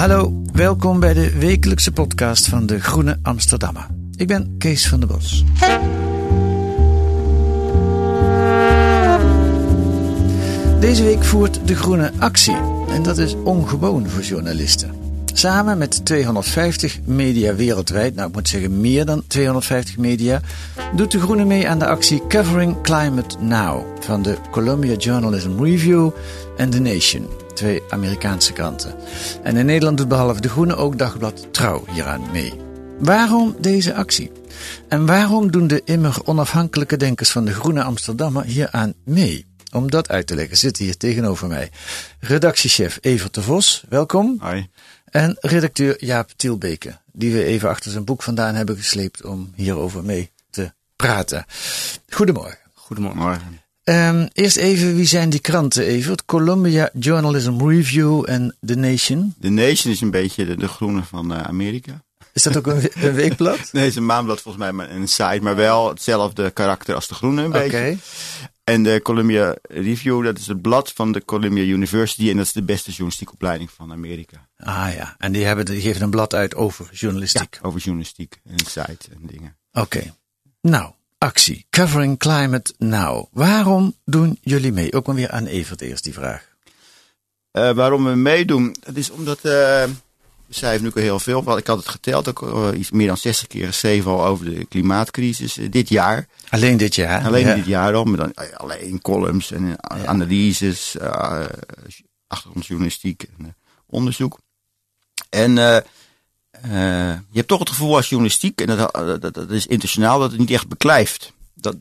Hallo, welkom bij de wekelijkse podcast van de Groene Amsterdammer. Ik ben Kees van der Bos. Deze week voert De Groene actie en dat is ongewoon voor journalisten. Samen met 250 media wereldwijd, ik moet zeggen meer dan 250 media, doet De Groene mee aan de actie Covering Climate Now van de Columbia Journalism Review en The Nation, 2 Amerikaanse kranten. En in Nederland doet behalve De Groene ook dagblad Trouw hieraan mee. Waarom deze actie? En waarom doen de immer onafhankelijke denkers van De Groene Amsterdammer hieraan mee? Om dat uit te leggen zit hier tegenover mij redactiechef Evert de Vos, welkom. Hoi. En redacteur Jaap Tielbeke, die we even achter zijn boek vandaan hebben gesleept om hierover mee te praten. Goedemorgen. Goedemorgen. Eerst even, wie zijn die kranten, Evert? Columbia Journalism Review en The Nation. The Nation is een beetje de Groene van Amerika. Is dat ook een weekblad? Nee, het is een maandblad volgens mij, maar een site, maar wel hetzelfde karakter als de Groene een beetje. Oké. En de Columbia Review, dat is het blad van de Columbia University en dat is de beste journalistieke opleiding van Amerika. Ah ja, en die geven een blad uit over journalistiek. Ja, over journalistiek en een site en dingen. Oké. Nou, actie. Covering Climate Now. Waarom doen jullie mee? Ook maar weer aan Evert eerst die vraag. Waarom we meedoen? Dat is omdat... we schrijven nu al heel veel. Ik had het geteld, ook iets meer dan 60 keer geschreven al over de klimaatcrisis dit jaar. Alleen dit jaar? Alleen dit jaar al, met dan alleen columns en analyses, achtergrondjournalistiek en onderzoek. En je hebt toch het gevoel als journalistiek, en dat is internationaal, dat het niet echt beklijft.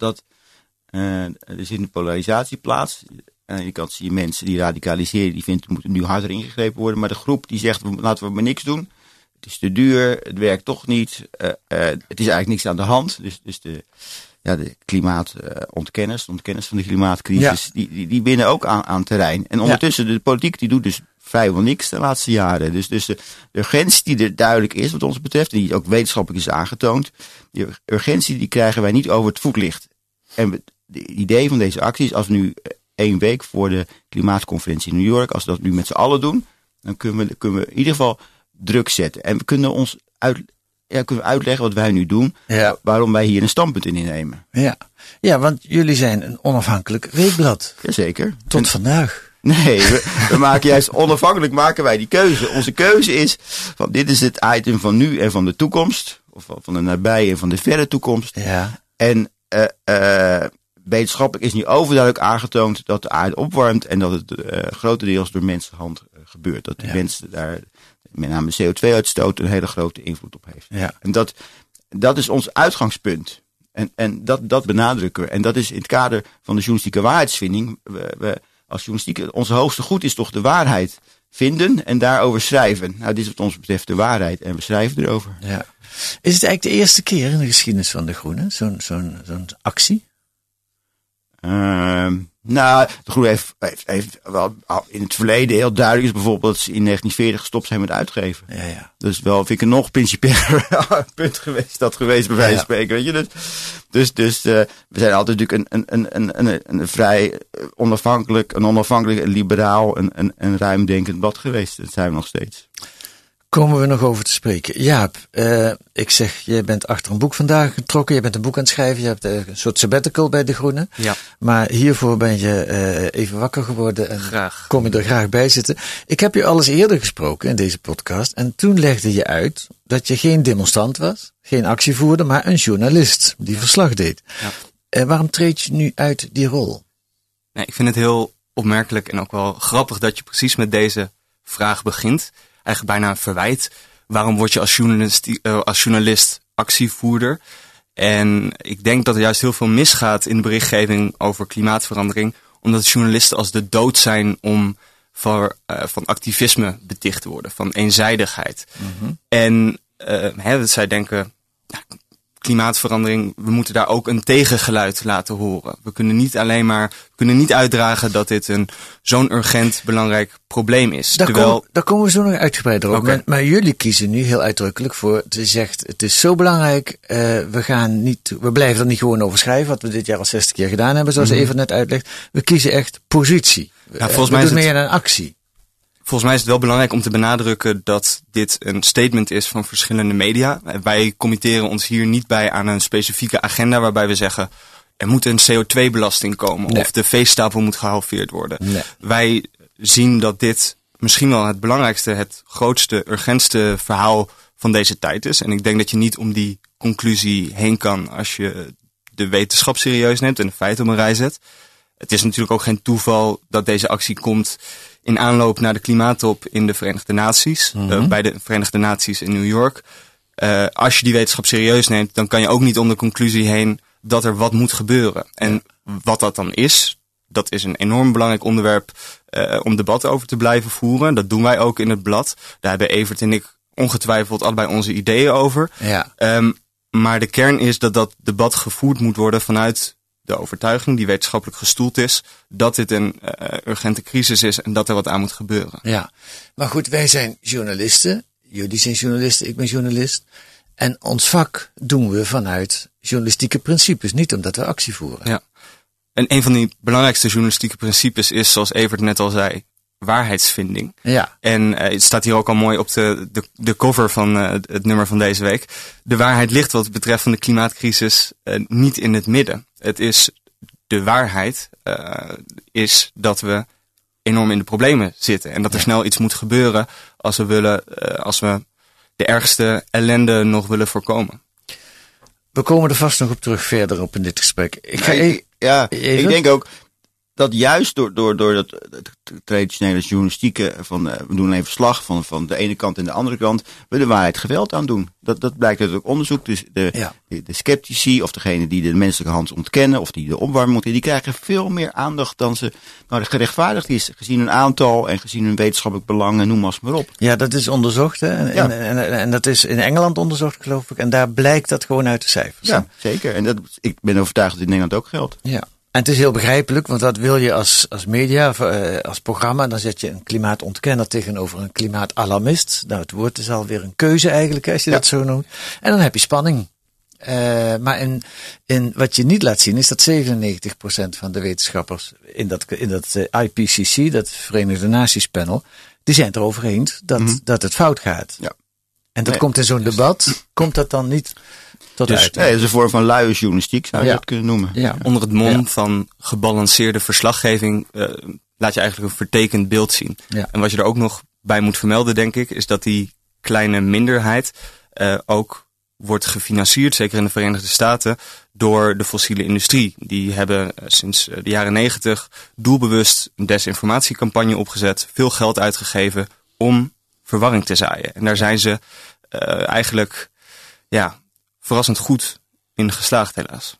Er zit een polarisatie plaats. Aan de ene kant zie je mensen die radicaliseren, die vinden het moet nu harder ingegrepen worden. Maar de groep die zegt, laten we maar niks doen. Het is te duur, het werkt toch niet. Het is eigenlijk niks aan de hand. Dus de klimaatontkenners, de ontkenners van de klimaatcrisis, die winnen ook aan terrein. En ondertussen, de politiek die doet dus vrijwel niks de laatste jaren. Dus de urgentie die er duidelijk is, wat ons betreft, die ook wetenschappelijk is aangetoond, die urgentie die krijgen wij niet over het voetlicht. En het idee van deze actie is, als we nu 1 week voor de klimaatconferentie in New York, als we dat nu met z'n allen doen, dan kunnen we in ieder geval druk zetten. En we kunnen ons uitleggen wat wij nu doen, waarom wij hier een standpunt in innemen. Ja, want jullie zijn een onafhankelijk weekblad. Jazeker. Tot vandaag. Nee, we maken juist onafhankelijk maken wij die keuze. Onze keuze is, van dit is het item van nu en van de toekomst, of van de nabije en van de verre toekomst. Ja. En wetenschappelijk is nu overduidelijk aangetoond dat de aarde opwarmt en dat het grotendeels door mensenhand gebeurt. Dat de mensen daar met name CO2-uitstoot een hele grote invloed op heeft. Ja. En dat is ons uitgangspunt. En dat benadrukken we. En dat is in het kader van de journalistieke waarheidsvinding. We als journalistiek, onze hoogste goed is toch de waarheid vinden en daarover schrijven. Nou, dit is wat ons betreft de waarheid en we schrijven erover. Ja. Is het eigenlijk de eerste keer in de geschiedenis van De Groene, zo'n actie? De Groene heeft wel in het verleden heel duidelijk is bijvoorbeeld in 1940 gestopt zijn met uitgeven. Ja. Dus wel vind ik een nog principiëler punt geweest bij wijze van spreken, weet je. Dus we zijn altijd natuurlijk een vrij onafhankelijk, liberaal en ruimdenkend blad geweest. Dat zijn we nog steeds. Komen we nog over te spreken. Jaap, ik zeg, je bent achter een boek vandaag getrokken. Je bent een boek aan het schrijven. Je hebt een soort sabbatical bij De Groene. Ja. Maar hiervoor ben je even wakker geworden. En graag. Kom je er graag bij zitten. Ik heb je al eens eerder gesproken in deze podcast. En toen legde je uit dat je geen demonstrant was. Geen actievoerder, maar een journalist die verslag deed. Ja. Waarom treed je nu uit die rol? Nee, ik vind het heel opmerkelijk en ook wel grappig dat je precies met deze vraag begint. Eigenlijk bijna een verwijt. Waarom word je als journalist actievoerder? En ik denk dat er juist heel veel misgaat in de berichtgeving over klimaatverandering. Omdat journalisten als de dood zijn om van activisme beticht te worden. Van eenzijdigheid. Mm-hmm. En zij denken, klimaatverandering, we moeten daar ook een tegengeluid laten horen. We kunnen niet uitdragen dat dit zo'n urgent belangrijk probleem is. Daar komen we zo nog uitgebreider op. Okay. Maar jullie kiezen nu heel uitdrukkelijk voor, je zegt, het is zo belangrijk, we blijven er niet gewoon over schrijven, wat we dit jaar al 60 keer gedaan hebben, zoals Evert net uitlegt. We kiezen echt positie. Volgens mij doen meer aan actie. Volgens mij is het wel belangrijk om te benadrukken dat dit een statement is van verschillende media. Wij committeren ons hier niet bij aan een specifieke agenda waarbij we zeggen, er moet een CO2-belasting komen of de veestapel moet gehalveerd worden. Nee. Wij zien dat dit misschien wel het belangrijkste, het grootste, urgentste verhaal van deze tijd is. En ik denk dat je niet om die conclusie heen kan als je de wetenschap serieus neemt en de feiten op een rij zet. Het is natuurlijk ook geen toeval dat deze actie komt in aanloop naar de klimaattop in de Verenigde Naties. Bij de Verenigde Naties in New York. Als je die wetenschap serieus neemt, dan kan je ook niet om de conclusie heen dat er wat moet gebeuren. En wat dat dan is, dat is een enorm belangrijk onderwerp om debat over te blijven voeren. Dat doen wij ook in het blad. Daar hebben Evert en ik ongetwijfeld allebei onze ideeën over. Ja. Maar de kern is dat dat debat gevoerd moet worden vanuit de overtuiging die wetenschappelijk gestoeld is, dat dit een urgente crisis is en dat er wat aan moet gebeuren. Ja, maar goed, wij zijn journalisten. Jullie zijn journalisten, ik ben journalist. En ons vak doen we vanuit journalistieke principes, niet omdat we actie voeren. Ja. En een van die belangrijkste journalistieke principes is, zoals Evert net al zei, waarheidsvinding. Ja. En het staat hier ook al mooi op de cover van het nummer van deze week. De waarheid ligt wat betreft van de klimaatcrisis niet in het midden. Het is de waarheid is dat we enorm in de problemen zitten. En dat er snel iets moet gebeuren als we de ergste ellende nog willen voorkomen. We komen er vast nog op terug verder op in dit gesprek. Ik denk ook dat juist door dat traditionele journalistieke van we doen alleen verslag van de ene kant en de andere kant, we de waarheid geweld aan doen. Dat blijkt uit ook onderzoek. Dus de sceptici of degene die de menselijke hand ontkennen of die de opwarming ontkennen, die krijgen veel meer aandacht dan ze gerechtvaardigd is. Gezien hun aantal en gezien hun wetenschappelijk belang en noem maar op. Ja, dat is onderzocht. Hè? En dat is in Engeland onderzocht, geloof ik. En daar blijkt dat gewoon uit de cijfers. Ja, zeker. En ik ben overtuigd dat in Nederland ook geldt. Ja. En het is heel begrijpelijk, want wat wil je als media, als programma? Dan zet je een klimaatontkenner tegenover een klimaatalarmist. Nou, het woord is alweer een keuze eigenlijk, als je dat zo noemt. En dan heb je spanning. Maar in wat je niet laat zien is dat 97% van de wetenschappers in dat IPCC, dat Verenigde Naties panel, die zijn het erover eens dat het fout gaat. Ja. En dat komt in zo'n debat, komt dat dan niet tot uit? Nee, dat is een vorm van luie journalistiek, zou je dat kunnen noemen. Ja. Onder het mom van gebalanceerde verslaggeving laat je eigenlijk een vertekend beeld zien. Ja. En wat je er ook nog bij moet vermelden, denk ik, is dat die kleine minderheid ook wordt gefinancierd, zeker in de Verenigde Staten, door de fossiele industrie. Die hebben sinds de jaren 90 doelbewust een desinformatiecampagne opgezet, veel geld uitgegeven om verwarring te zaaien. En daar zijn ze eigenlijk verrassend goed in geslaagd, helaas.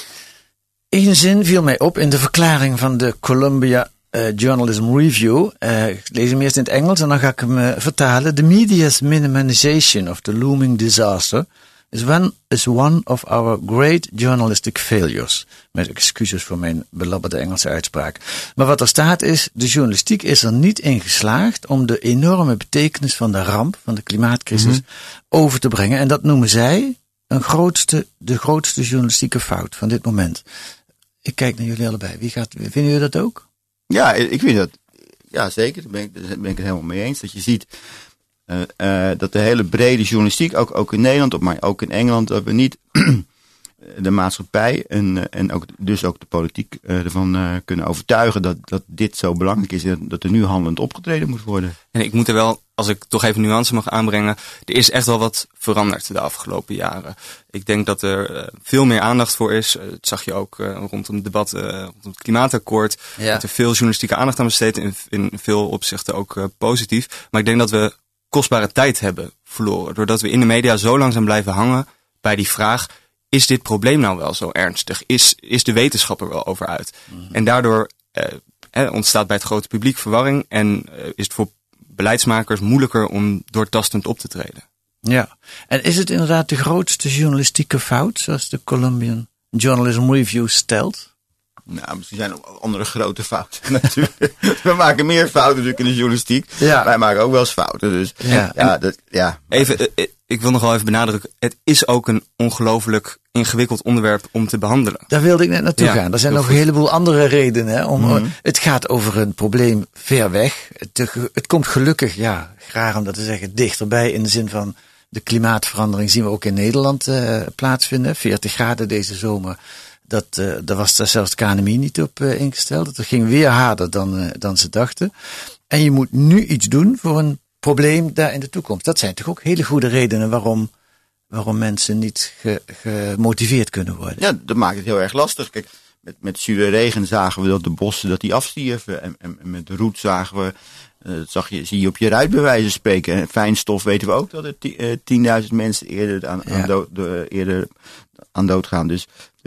Eén zin viel mij op in de verklaring van de Columbia Journalism Review. Ik lees hem eerst in het Engels en dan ga ik hem vertalen. The media's minimization of the looming disaster is one of our great journalistic failures. Met excuses voor mijn belabberde Engelse uitspraak. Maar wat er staat is, de journalistiek is er niet in geslaagd om de enorme betekenis van de ramp, van de klimaatcrisis, over te brengen. En dat noemen zij de grootste journalistieke fout van dit moment. Ik kijk naar jullie allebei. Vinden jullie dat ook? Ja, ik vind dat. Ja, zeker. Daar ben ik het helemaal mee eens. Dat je ziet dat de hele brede journalistiek, ook in Nederland, maar ook in Engeland, dat we niet de maatschappij en ook de politiek ervan kunnen overtuigen dat dit zo belangrijk is en dat er nu handelend opgetreden moet worden. En ik moet er wel, als ik toch even nuance mag aanbrengen, er is echt wel wat veranderd de afgelopen jaren. Ik denk dat er veel meer aandacht voor is. Dat zag je ook rondom het debat rondom het klimaatakkoord. Ja. Dat er veel journalistieke aandacht aan besteed, in veel opzichten ook positief. Maar ik denk dat we kostbare tijd hebben verloren. Doordat we in de media zo lang zijn blijven hangen bij die vraag, is dit probleem nou wel zo ernstig? Is de wetenschap er wel over uit? En daardoor ontstaat bij het grote publiek verwarring en is het voor beleidsmakers moeilijker om doortastend op te treden. Ja, en is het inderdaad de grootste journalistieke fout, zoals de Columbian Journalism Review stelt? Nou, misschien zijn er andere grote fouten natuurlijk. We maken meer fouten natuurlijk in de journalistiek. Ja. Wij maken ook wel eens fouten. Dus Even, ik wil nog wel even benadrukken, het is ook een ongelooflijk ingewikkeld onderwerp om te behandelen. Daar wilde ik net naartoe gaan. Er zijn nog een heleboel andere redenen. Hè, het gaat over een probleem ver weg. Het komt gelukkig, graag om dat te zeggen, dichterbij in de zin van de klimaatverandering zien we ook in Nederland plaatsvinden. 40 graden deze zomer. Daar was daar zelfs de KNMI niet op ingesteld. Het ging weer harder dan ze dachten. En je moet nu iets doen voor een probleem daar in de toekomst. Dat zijn toch ook hele goede redenen waarom mensen niet gemotiveerd kunnen worden. Ja, dat maakt het heel erg lastig. Kijk, met zure regen zagen we dat de bossen dat die afstierven. En met de roet zagen we, zie je op je ruit bij wijze van spreken. En fijnstof weten we ook dat er 10.000 mensen eerder aan dood gaan. Dus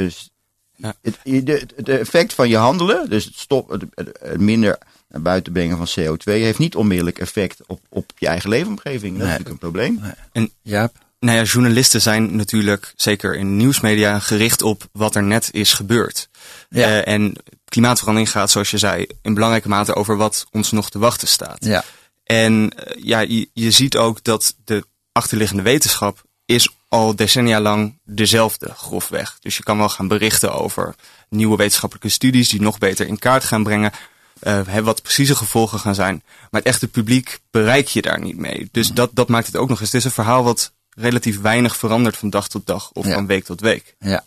het effect van je handelen, dus het minder naar buiten brengen van CO2, heeft niet onmiddellijk effect op je eigen leefomgeving. Dat is natuurlijk een probleem. En journalisten zijn natuurlijk, zeker in nieuwsmedia, gericht op wat er net is gebeurd. Ja. En klimaatverandering gaat, zoals je zei, in belangrijke mate over wat ons nog te wachten staat. Ja. En je ziet ook dat de achterliggende wetenschap is al decennia lang dezelfde, grofweg. Dus je kan wel gaan berichten over nieuwe wetenschappelijke studies die nog beter in kaart gaan brengen. Wat precieze gevolgen gaan zijn. Maar het echte publiek bereik je daar niet mee. Dus dat maakt het ook nog eens. Het is een verhaal wat relatief weinig verandert van dag tot dag of van week tot week. Ja.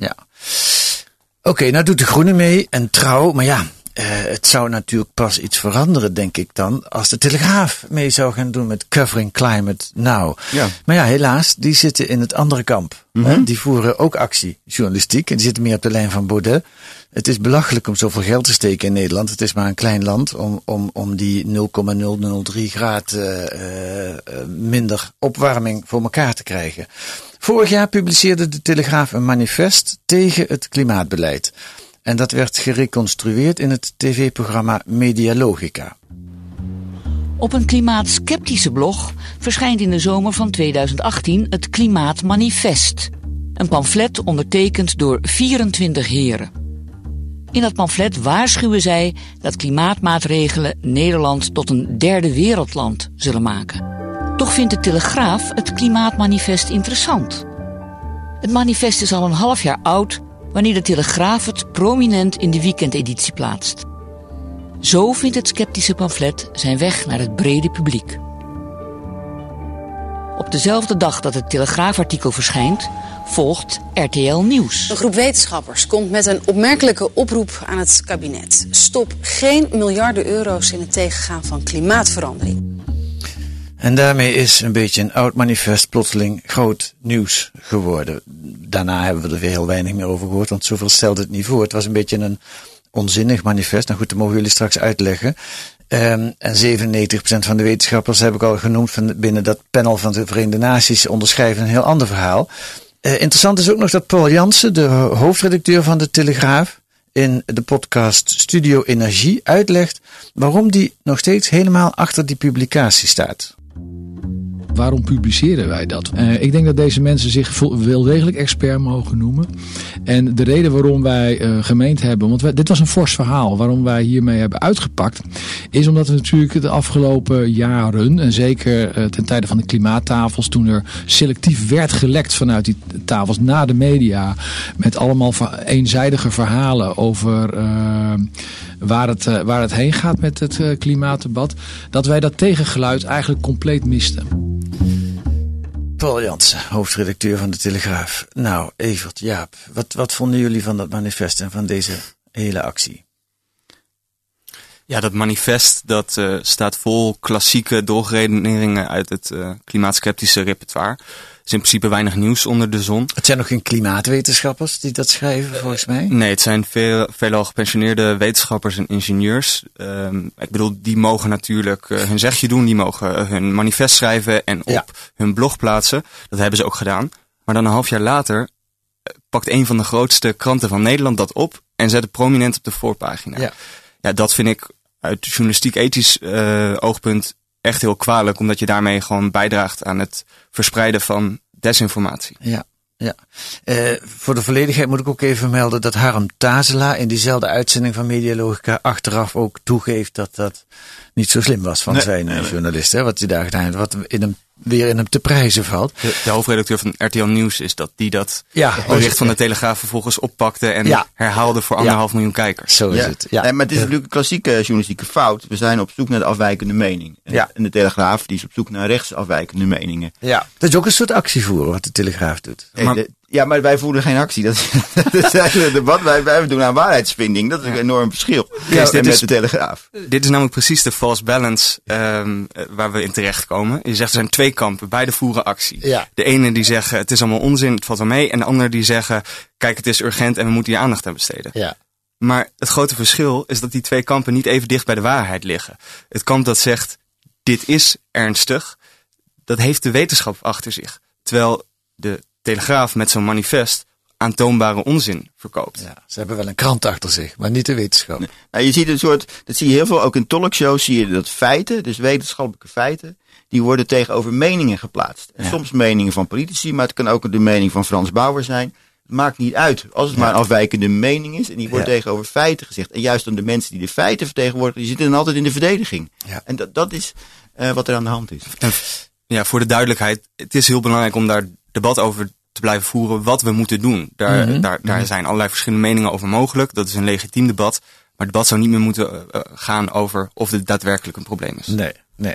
Oké, nou doet de Groene mee en Trouw. Maar het zou natuurlijk pas iets veranderen, denk ik dan, als de Telegraaf mee zou gaan doen met Covering Climate Now. Ja. Maar helaas, die zitten in het andere kamp. Mm-hmm. Die voeren ook actie, journalistiek, en die zitten meer op de lijn van Baudet. Het is belachelijk om zoveel geld te steken in Nederland. Het is maar een klein land om die 0,003 graad minder opwarming voor elkaar te krijgen. Vorig jaar publiceerde de Telegraaf een manifest tegen het klimaatbeleid. En dat werd gereconstrueerd in het tv-programma Medialogica. Op een klimaatskeptische blog verschijnt in de zomer van 2018 het Klimaatmanifest. Een pamflet ondertekend door 24 heren. In dat pamflet waarschuwen zij dat klimaatmaatregelen Nederland tot een derde wereldland zullen maken. Toch vindt de Telegraaf het Klimaatmanifest interessant. Het manifest is al een half jaar oud wanneer de Telegraaf het prominent in de weekendeditie plaatst. Zo vindt het sceptische pamflet zijn weg naar het brede publiek. Op dezelfde dag dat het Telegraafartikel verschijnt, volgt RTL Nieuws. Een groep wetenschappers komt met een opmerkelijke oproep aan het kabinet. Stop geen miljarden euro's in het tegengaan van klimaatverandering. En daarmee is een beetje een oud manifest plotseling groot nieuws geworden. Daarna hebben we er weer heel weinig meer over gehoord, want zoveel stelde het niet voor. Het was een beetje een onzinnig manifest. Nou goed, dat mogen jullie straks uitleggen. En 97% van de wetenschappers, heb ik al genoemd, binnen dat panel van de Verenigde Naties onderschrijven een heel ander verhaal. Interessant is ook nog dat Paul Jansen, de hoofdredacteur van de Telegraaf, in de podcast Studio Energie uitlegt waarom die nog steeds helemaal achter die publicatie staat. Waarom publiceren wij dat? Ik denk dat deze mensen zich wel degelijk expert mogen noemen. En de reden waarom wij gemeend hebben, want dit was een fors verhaal, waarom wij hiermee hebben uitgepakt, is omdat we natuurlijk de afgelopen jaren, en zeker ten tijde van de klimaattafels, toen er selectief werd gelekt vanuit die tafels naar de media, met allemaal eenzijdige verhalen over waar het heen gaat met het klimaatdebat, dat wij dat tegengeluid eigenlijk compleet misten. Paul Jansen, hoofdredacteur van de Telegraaf. Nou, Evert, Jaap, wat vonden jullie van dat manifest en van deze hele actie? Ja, dat manifest dat staat vol klassieke doorredeneringen uit het klimaatskeptische repertoire. Er is in principe weinig nieuws onder de zon. Het zijn nog geen klimaatwetenschappers die dat schrijven, volgens mij? Nee, het zijn veelal gepensioneerde wetenschappers en ingenieurs. Ik bedoel, die mogen natuurlijk hun zegje doen. Die mogen hun manifest schrijven en op hun blog plaatsen. Dat hebben ze ook gedaan. Maar dan een half jaar later pakt een van de grootste kranten van Nederland dat op en zet het prominent op de voorpagina. Ja, dat vind ik uit journalistiek-ethisch oogpunt echt heel kwalijk, omdat je daarmee gewoon bijdraagt aan het verspreiden van desinformatie. Ja. Voor de volledigheid moet ik ook even melden dat Harm Tazela in diezelfde uitzending van Medialogica achteraf ook toegeeft dat dat niet zo slim was van zijn journalist. Hè, wat hij daar gedaan heeft. Wat in een weer in hem te prijzen valt. De hoofdredacteur van RTL Nieuws is dat Ja, bericht van de Telegraaf vervolgens oppakte en herhaalde voor 1,5 miljoen kijkers. Zo is het. Ja. Maar het is natuurlijk een klassieke journalistieke fout. We zijn op zoek naar de afwijkende mening. En de Telegraaf die is op zoek naar rechtsafwijkende meningen. Ja. Dat is ook een soort actievoeren wat de Telegraaf doet. Maar wij voeren geen actie. Dat is eigenlijk het debat. Wij doen aan waarheidsvinding. Dat is een enorm verschil. Met de Telegraaf. Dit is namelijk precies de false balance waar we in terechtkomen. Je zegt er zijn 2 kampen, beide voeren actie. Ja. De ene die zeggen het is allemaal onzin, het valt wel mee. En de andere die zeggen kijk het is urgent en we moeten hier aandacht aan besteden. Ja. Maar het grote verschil is dat die 2 kampen niet even dicht bij de waarheid liggen. Het kamp dat zegt dit is ernstig, dat heeft de wetenschap achter zich. Terwijl de Telegraaf met zo'n manifest aantoonbare onzin verkoopt. Ja, ze hebben wel een krant achter zich, maar niet de wetenschap. Nee. Nou, je ziet dat zie je heel veel, ook in talkshows zie je dat feiten, dus wetenschappelijke feiten, die worden tegenover meningen geplaatst. En soms meningen van politici, maar het kan ook de mening van Frans Bauer zijn. Het maakt niet uit, als het maar een afwijkende mening is en die wordt tegenover feiten gezegd. En juist dan de mensen die de feiten vertegenwoordigen, die zitten dan altijd in de verdediging. Ja. En dat is wat er aan de hand is. En, voor de duidelijkheid, het is heel belangrijk om daar debat over te blijven voeren wat we moeten doen. Daar zijn allerlei verschillende meningen over mogelijk. Dat is een legitiem debat. Maar het debat zou niet meer moeten gaan over of dit daadwerkelijk een probleem is. Nee.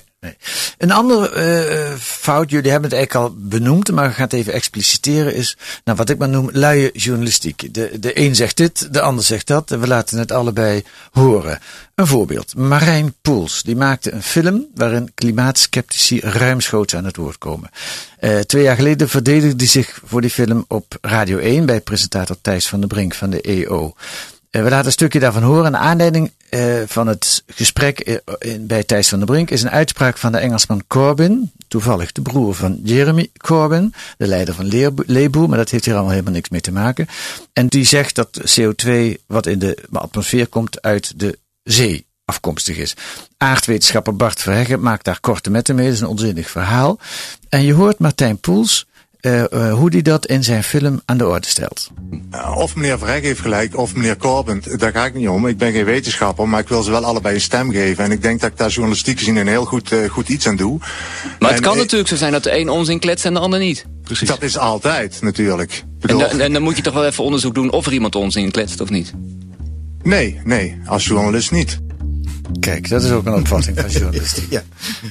Een andere fout, jullie hebben het eigenlijk al benoemd, maar ik ga het even expliciteren, is wat ik maar noem luie journalistiek. De een zegt dit, de ander zegt dat en we laten het allebei horen. Een voorbeeld. Marijn Poels, die maakte een film waarin klimaatskeptici ruimschoots aan het woord komen. 2 jaar geleden verdedigde hij zich voor die film op Radio 1 bij presentator Thijs van der Brink van de EO. We laten een stukje daarvan horen. Een aanleiding van het gesprek bij Thijs van der Brink is een uitspraak van de Engelsman Corbyn. Toevallig de broer van Jeremy Corbyn, de leider van Labour, maar dat heeft hier allemaal helemaal niks mee te maken. En die zegt dat CO2 wat in de atmosfeer komt uit de zee afkomstig is. Aardwetenschapper Bart Verheggen maakt daar korte metten mee. Dat is een onzinnig verhaal. En je hoort Martijn Poels hoe hij dat in zijn film aan de orde stelt. Of meneer Verheggen heeft gelijk, of meneer Corbyn, daar ga ik niet om. Ik ben geen wetenschapper, maar ik wil ze wel allebei een stem geven. En ik denk dat ik daar journalistiek gezien een heel goed iets aan doe. Maar het kan natuurlijk zo zijn dat de een onzin kletst en de ander niet. Precies. Dat is altijd, natuurlijk. En dan moet je toch wel even onderzoek doen of er iemand onzin kletst of niet? Nee, als journalist niet. Kijk, dat is ook een opvatting van journalistiek. Ja.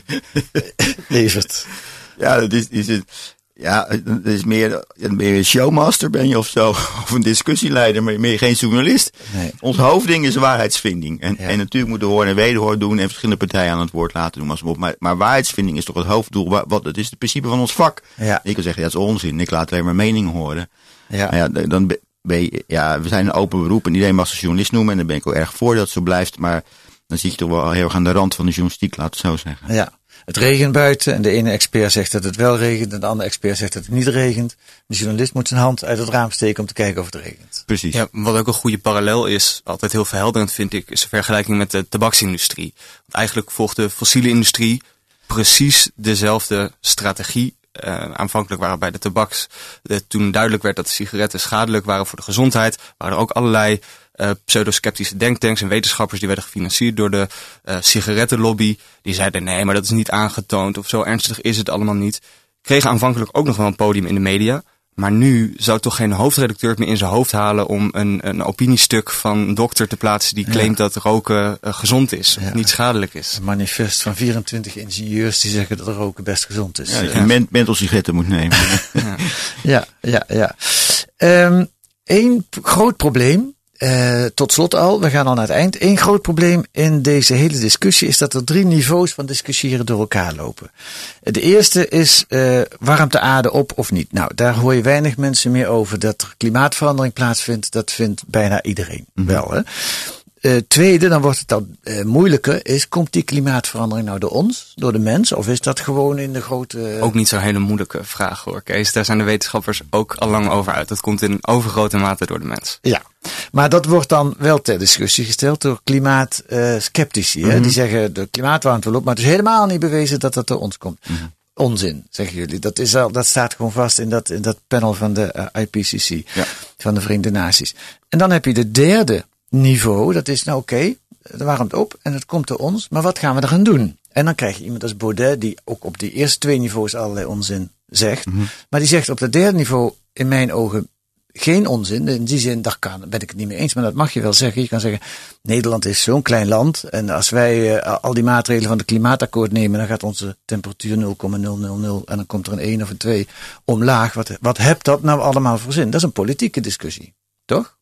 Levert. Ja, dat is het. Ja, het is meer een showmaster ben je of zo. Of een discussieleider, maar meer geen journalist. Nee. Ons hoofdding is waarheidsvinding. En natuurlijk moeten we hoor en wederhoor doen en verschillende partijen aan het woord laten doen. Maar waarheidsvinding is toch het hoofddoel. Dat is het principe van ons vak. Ja. Ik kan zeggen, dat is onzin. Ik laat alleen maar meningen horen. Ja. Maar dan ben je, we zijn een open beroep en iedereen mag zich journalist noemen. En daar ben ik ook erg voor dat het zo blijft. Maar dan zit je toch wel heel erg aan de rand van de journalistiek, laat het zo zeggen. Ja. Het regent buiten en de ene expert zegt dat het wel regent en de andere expert zegt dat het niet regent. De journalist moet zijn hand uit het raam steken om te kijken of het regent. Precies. Ja, wat ook een goede parallel is, altijd heel verhelderend vind ik, is de vergelijking met de tabaksindustrie. Want eigenlijk volgt de fossiele industrie precies dezelfde strategie. Aanvankelijk waren bij de tabaks, toen duidelijk werd dat de sigaretten schadelijk waren voor de gezondheid, waren er ook allerlei pseudo-sceptische denktanks en wetenschappers die werden gefinancierd door de sigarettenlobby. Die zeiden nee, maar dat is niet aangetoond of zo ernstig is het allemaal niet. Kregen aanvankelijk ook nog wel een podium in de media. Maar nu zou toch geen hoofdredacteur het meer in zijn hoofd halen om een opiniestuk van een dokter te plaatsen die claimt dat roken gezond is of niet schadelijk is. Een manifest van 24 ingenieurs die zeggen dat roken best gezond is. Ja, dat je mentholsigaretten moet nemen. Ja. Eén groot probleem. Tot slot al, we gaan al naar het eind. Eén groot probleem in deze hele discussie is dat er 3 niveaus van discussiëren door elkaar lopen. De eerste is, warmt de aarde op of niet? Nou, daar hoor je weinig mensen meer over. Dat er klimaatverandering plaatsvindt, dat vindt bijna iedereen wel. Hè? Tweede, dan wordt het dan moeilijker, is komt die klimaatverandering nou door ons, door de mens, of is dat gewoon in de grote... Ook niet zo'n hele moeilijke vraag hoor, Kees. Daar zijn de wetenschappers ook al lang over uit. Dat komt in overgrote mate door de mens. Ja, maar dat wordt dan wel ter discussie gesteld door klimaatskeptici. Die zeggen, de klimaat warmt wel op, maar het is helemaal niet bewezen dat dat door ons komt. Onzin, zeggen jullie. Dat staat gewoon vast in dat panel van de IPCC, van de Verenigde Naties. En dan heb je de derde niveau, dat is nou oké, het warmt op en het komt door ons, maar wat gaan we eraan doen? En dan krijg je iemand als Baudet, die ook op die eerste 2 niveaus allerlei onzin zegt. Mm-hmm. Maar die zegt op het 3e niveau, in mijn ogen, geen onzin. In die zin, daar ben ik het niet mee eens, maar dat mag je wel zeggen. Je kan zeggen, Nederland is zo'n klein land. En als wij al die maatregelen van het klimaatakkoord nemen, dan gaat onze temperatuur 0,000 en dan komt er een 1 of een 2 omlaag. Wat hebt dat nou allemaal voor zin? Dat is een politieke discussie, toch?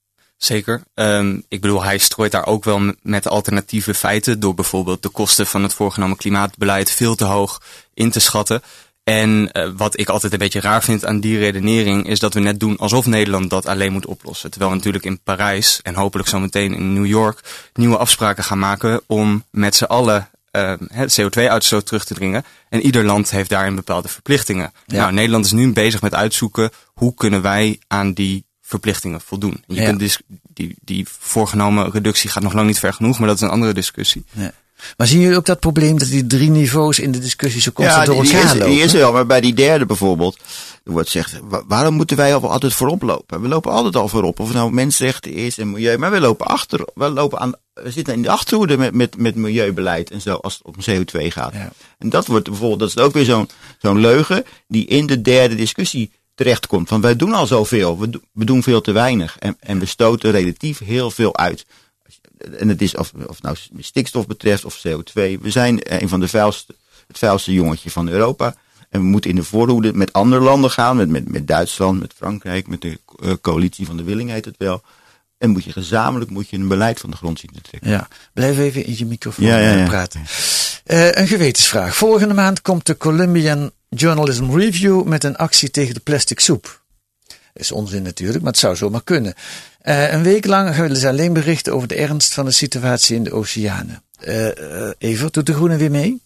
Zeker. Ik bedoel, hij strooit daar ook wel met alternatieve feiten door bijvoorbeeld de kosten van het voorgenomen klimaatbeleid veel te hoog in te schatten. En wat ik altijd een beetje raar vind aan die redenering is dat we net doen alsof Nederland dat alleen moet oplossen. Terwijl we natuurlijk in Parijs en hopelijk zometeen in New York nieuwe afspraken gaan maken om met z'n allen het CO2-uitstoot terug te dringen. En ieder land heeft daarin bepaalde verplichtingen. Ja. Nou, Nederland is nu bezig met uitzoeken hoe kunnen wij aan die verplichtingen voldoen. Je kunt die voorgenomen reductie gaat nog lang niet ver genoeg, maar dat is een andere discussie. Ja. Maar zien jullie ook dat probleem dat die 3 niveaus in de discussie zo constant door elkaar lopen? Die is er wel, maar bij die derde bijvoorbeeld, er wordt gezegd, waarom moeten wij altijd voorop lopen? We lopen altijd al voorop, of het nou mensenrechten is en milieu, maar we lopen achter. We zitten in de achterhoede met milieubeleid en zo, als het om CO2 gaat. Ja. En dat wordt bijvoorbeeld, dat is ook weer zo'n leugen die in de derde discussie terechtkomt. Want wij doen al zoveel, we doen veel te weinig en we stoten relatief heel veel uit. En het is of nou stikstof betreft of CO2. We zijn een van het vuilste jongetje van Europa. En we moeten in de voorhoede met andere landen gaan. Met Duitsland, met Frankrijk, met de coalitie van de Willing heet het wel. En gezamenlijk een beleid van de grond zien te trekken. Ja, blijf even in je microfoon praten. Een gewetensvraag. Volgende maand komt de Columbian Journalism Review met een actie tegen de plastic soep. Dat is onzin natuurlijk, maar het zou zomaar kunnen. Een week lang willen ze alleen berichten over de ernst van de situatie in de oceanen. Evert, doet de Groene weer mee?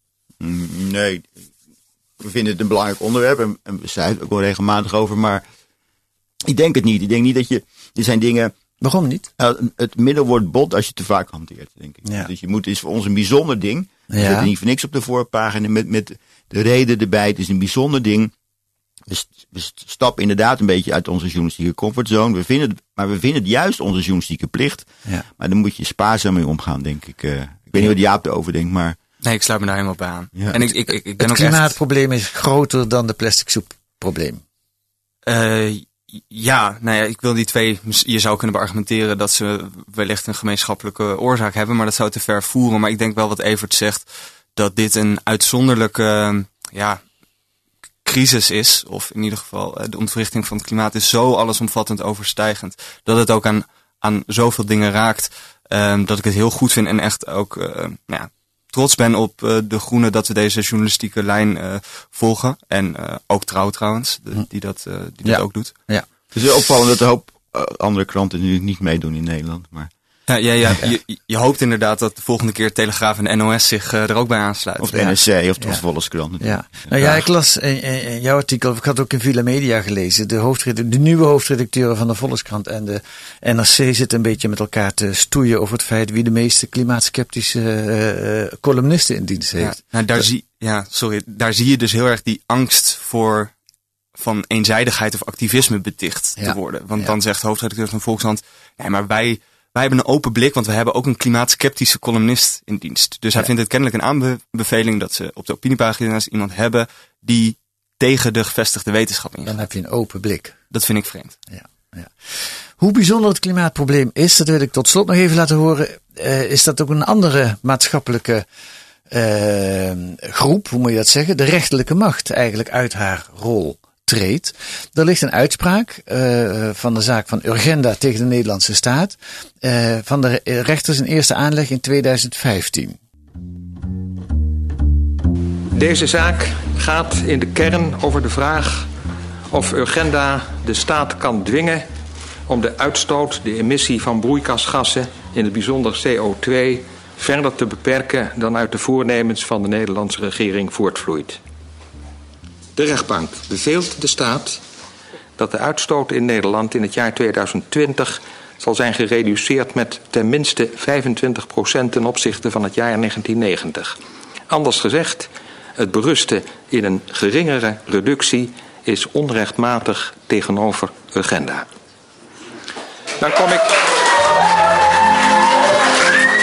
Nee, we vinden het een belangrijk onderwerp en we zijn het ook wel regelmatig over, maar ik denk het niet. Ik denk niet dat er zijn dingen. Waarom niet? Het middel wordt bot als je te vaak hanteert, denk ik. Ja. Dus het is voor ons een bijzonder ding. We zitten niet voor niks op de voorpagina met de reden erbij. Het is een bijzonder ding. We stappen inderdaad een beetje uit onze journalistieke comfortzone. We vinden het juist onze journalistieke plicht. Ja. Maar dan moet je spaarzaam mee omgaan, denk ik. Ik weet niet wat Jaap erover denkt, maar. Nee, ik sluit me daar helemaal bij aan. Ja. En ik ben het ook klimaatprobleem is groter dan de plastic soepprobleem. Ja, nou ja, ik wil die twee. Je zou kunnen beargumenteren dat ze wellicht een gemeenschappelijke oorzaak hebben, maar dat zou te ver voeren. Maar ik denk wel wat Evert zegt, dat dit een uitzonderlijke crisis is, of in ieder geval de ontwrichting van het klimaat is zo allesomvattend overstijgend, dat het ook aan zoveel dingen raakt, dat ik het heel goed vind en echt ook trots ben op de Groenen dat we deze journalistieke lijn volgen. En ook Trouw trouwens, die dat ook doet. Ja. Het is opvallend dat een hoop andere kranten nu niet meedoen in Nederland, maar. Ja. Je hoopt inderdaad dat de volgende keer Telegraaf en NOS zich er ook bij aansluiten. Of de NRC of de Volkskrant. Ja. Nou ja, ik las in jouw artikel, ik had ook in Villa Media gelezen, de nieuwe hoofdredacteuren van de Volkskrant en de NRC zitten een beetje met elkaar te stoeien over het feit wie de meeste klimaatskeptische columnisten in dienst heeft. Ja, daar zie je dus heel erg die angst van eenzijdigheid of activisme beticht te worden. Want dan zegt de hoofdredacteur van Volkskrant, nee, maar wij hebben een open blik, want we hebben ook een klimaatskeptische columnist in dienst. Dus hij vindt het kennelijk een aanbeveling dat ze op de opiniepagina's iemand hebben die tegen de gevestigde wetenschap ingaat. Dan heb je een open blik. Dat vind ik vreemd. Ja. Hoe bijzonder het klimaatprobleem is, dat wil ik tot slot nog even laten horen, is dat ook een andere maatschappelijke groep, hoe moet je dat zeggen, de rechterlijke macht eigenlijk uit haar rol treedt. Er ligt een uitspraak van de zaak van Urgenda tegen de Nederlandse staat van de rechters in eerste aanleg in 2015. Deze zaak gaat in de kern over de vraag of Urgenda de staat kan dwingen om de uitstoot, de emissie van broeikasgassen, in het bijzonder CO2, verder te beperken dan uit de voornemens van de Nederlandse regering voortvloeit. De rechtbank beveelt de staat dat de uitstoot in Nederland in het jaar 2020 zal zijn gereduceerd met ten minste 25% ten opzichte van het jaar 1990. Anders gezegd, het berusten in een geringere reductie is onrechtmatig tegenover Urgenda. Dan kom ik.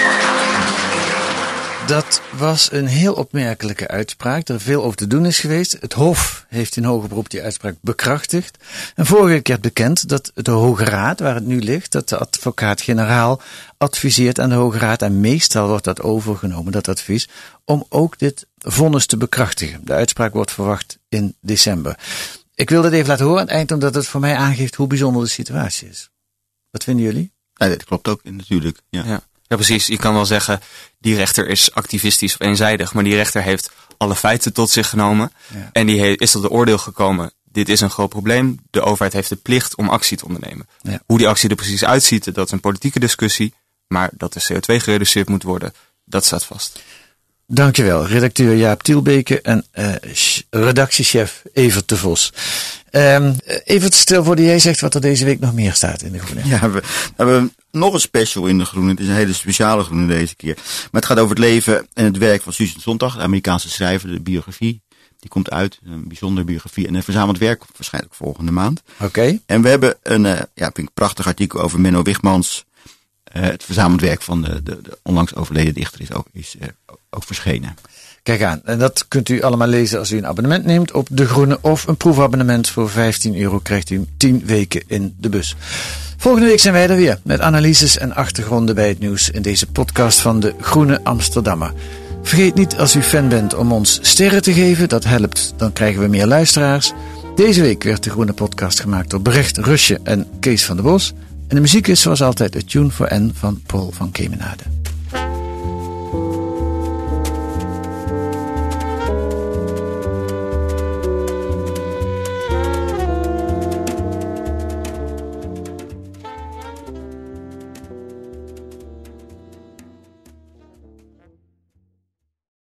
Dat was een heel opmerkelijke uitspraak. Er veel over te doen is geweest. Het Hof heeft in hoger beroep die uitspraak bekrachtigd. En vorige week werd bekend dat de Hoge Raad, waar het nu ligt, dat de advocaat-generaal adviseert aan de Hoge Raad, en meestal wordt dat overgenomen, dat advies, om ook dit vonnis te bekrachtigen. De uitspraak wordt verwacht in december. Ik wil dit even laten horen aan het eind, omdat het voor mij aangeeft hoe bijzonder de situatie is. Wat vinden jullie? Ja, dat klopt ook natuurlijk. Ja, precies. Je kan wel zeggen, die rechter is activistisch of eenzijdig, maar die rechter heeft alle feiten tot zich genomen. Ja. En die is tot de oordeel gekomen, dit is een groot probleem. De overheid heeft de plicht om actie te ondernemen. Ja. Hoe die actie er precies uitziet, dat is een politieke discussie. Maar dat de CO2 gereduceerd moet worden, dat staat vast. Dankjewel, redacteur Jaap Tielbeke en redactiechef Evert de Vos. Evert, stel voor dat jij zegt wat er deze week nog meer staat in de Groene. Ja, we hebben nog een special in de Groene. Het is een hele speciale Groene deze keer. Maar het gaat over het leven en het werk van Susan Sontag, de Amerikaanse schrijver, de biografie. Die komt uit, een bijzondere biografie. En een verzameld werk waarschijnlijk volgende maand. Oké. En we hebben een vind ik prachtig artikel over Menno Wigmans. Het verzameld werk van de onlangs overleden dichter is ook verschenen. Kijk aan, en dat kunt u allemaal lezen als u een abonnement neemt op De Groene, of een proefabonnement voor €15 krijgt u 10 weken in de bus. Volgende week zijn wij er weer met analyses en achtergronden bij het nieuws in deze podcast van De Groene Amsterdammer. Vergeet niet, als u fan bent, om ons sterren te geven. Dat helpt, dan krijgen we meer luisteraars. Deze week werd de Groene podcast gemaakt door Brecht Rusje en Kees van der Bos. En de muziek is zoals altijd A Tune for N van Paul van Kemenade.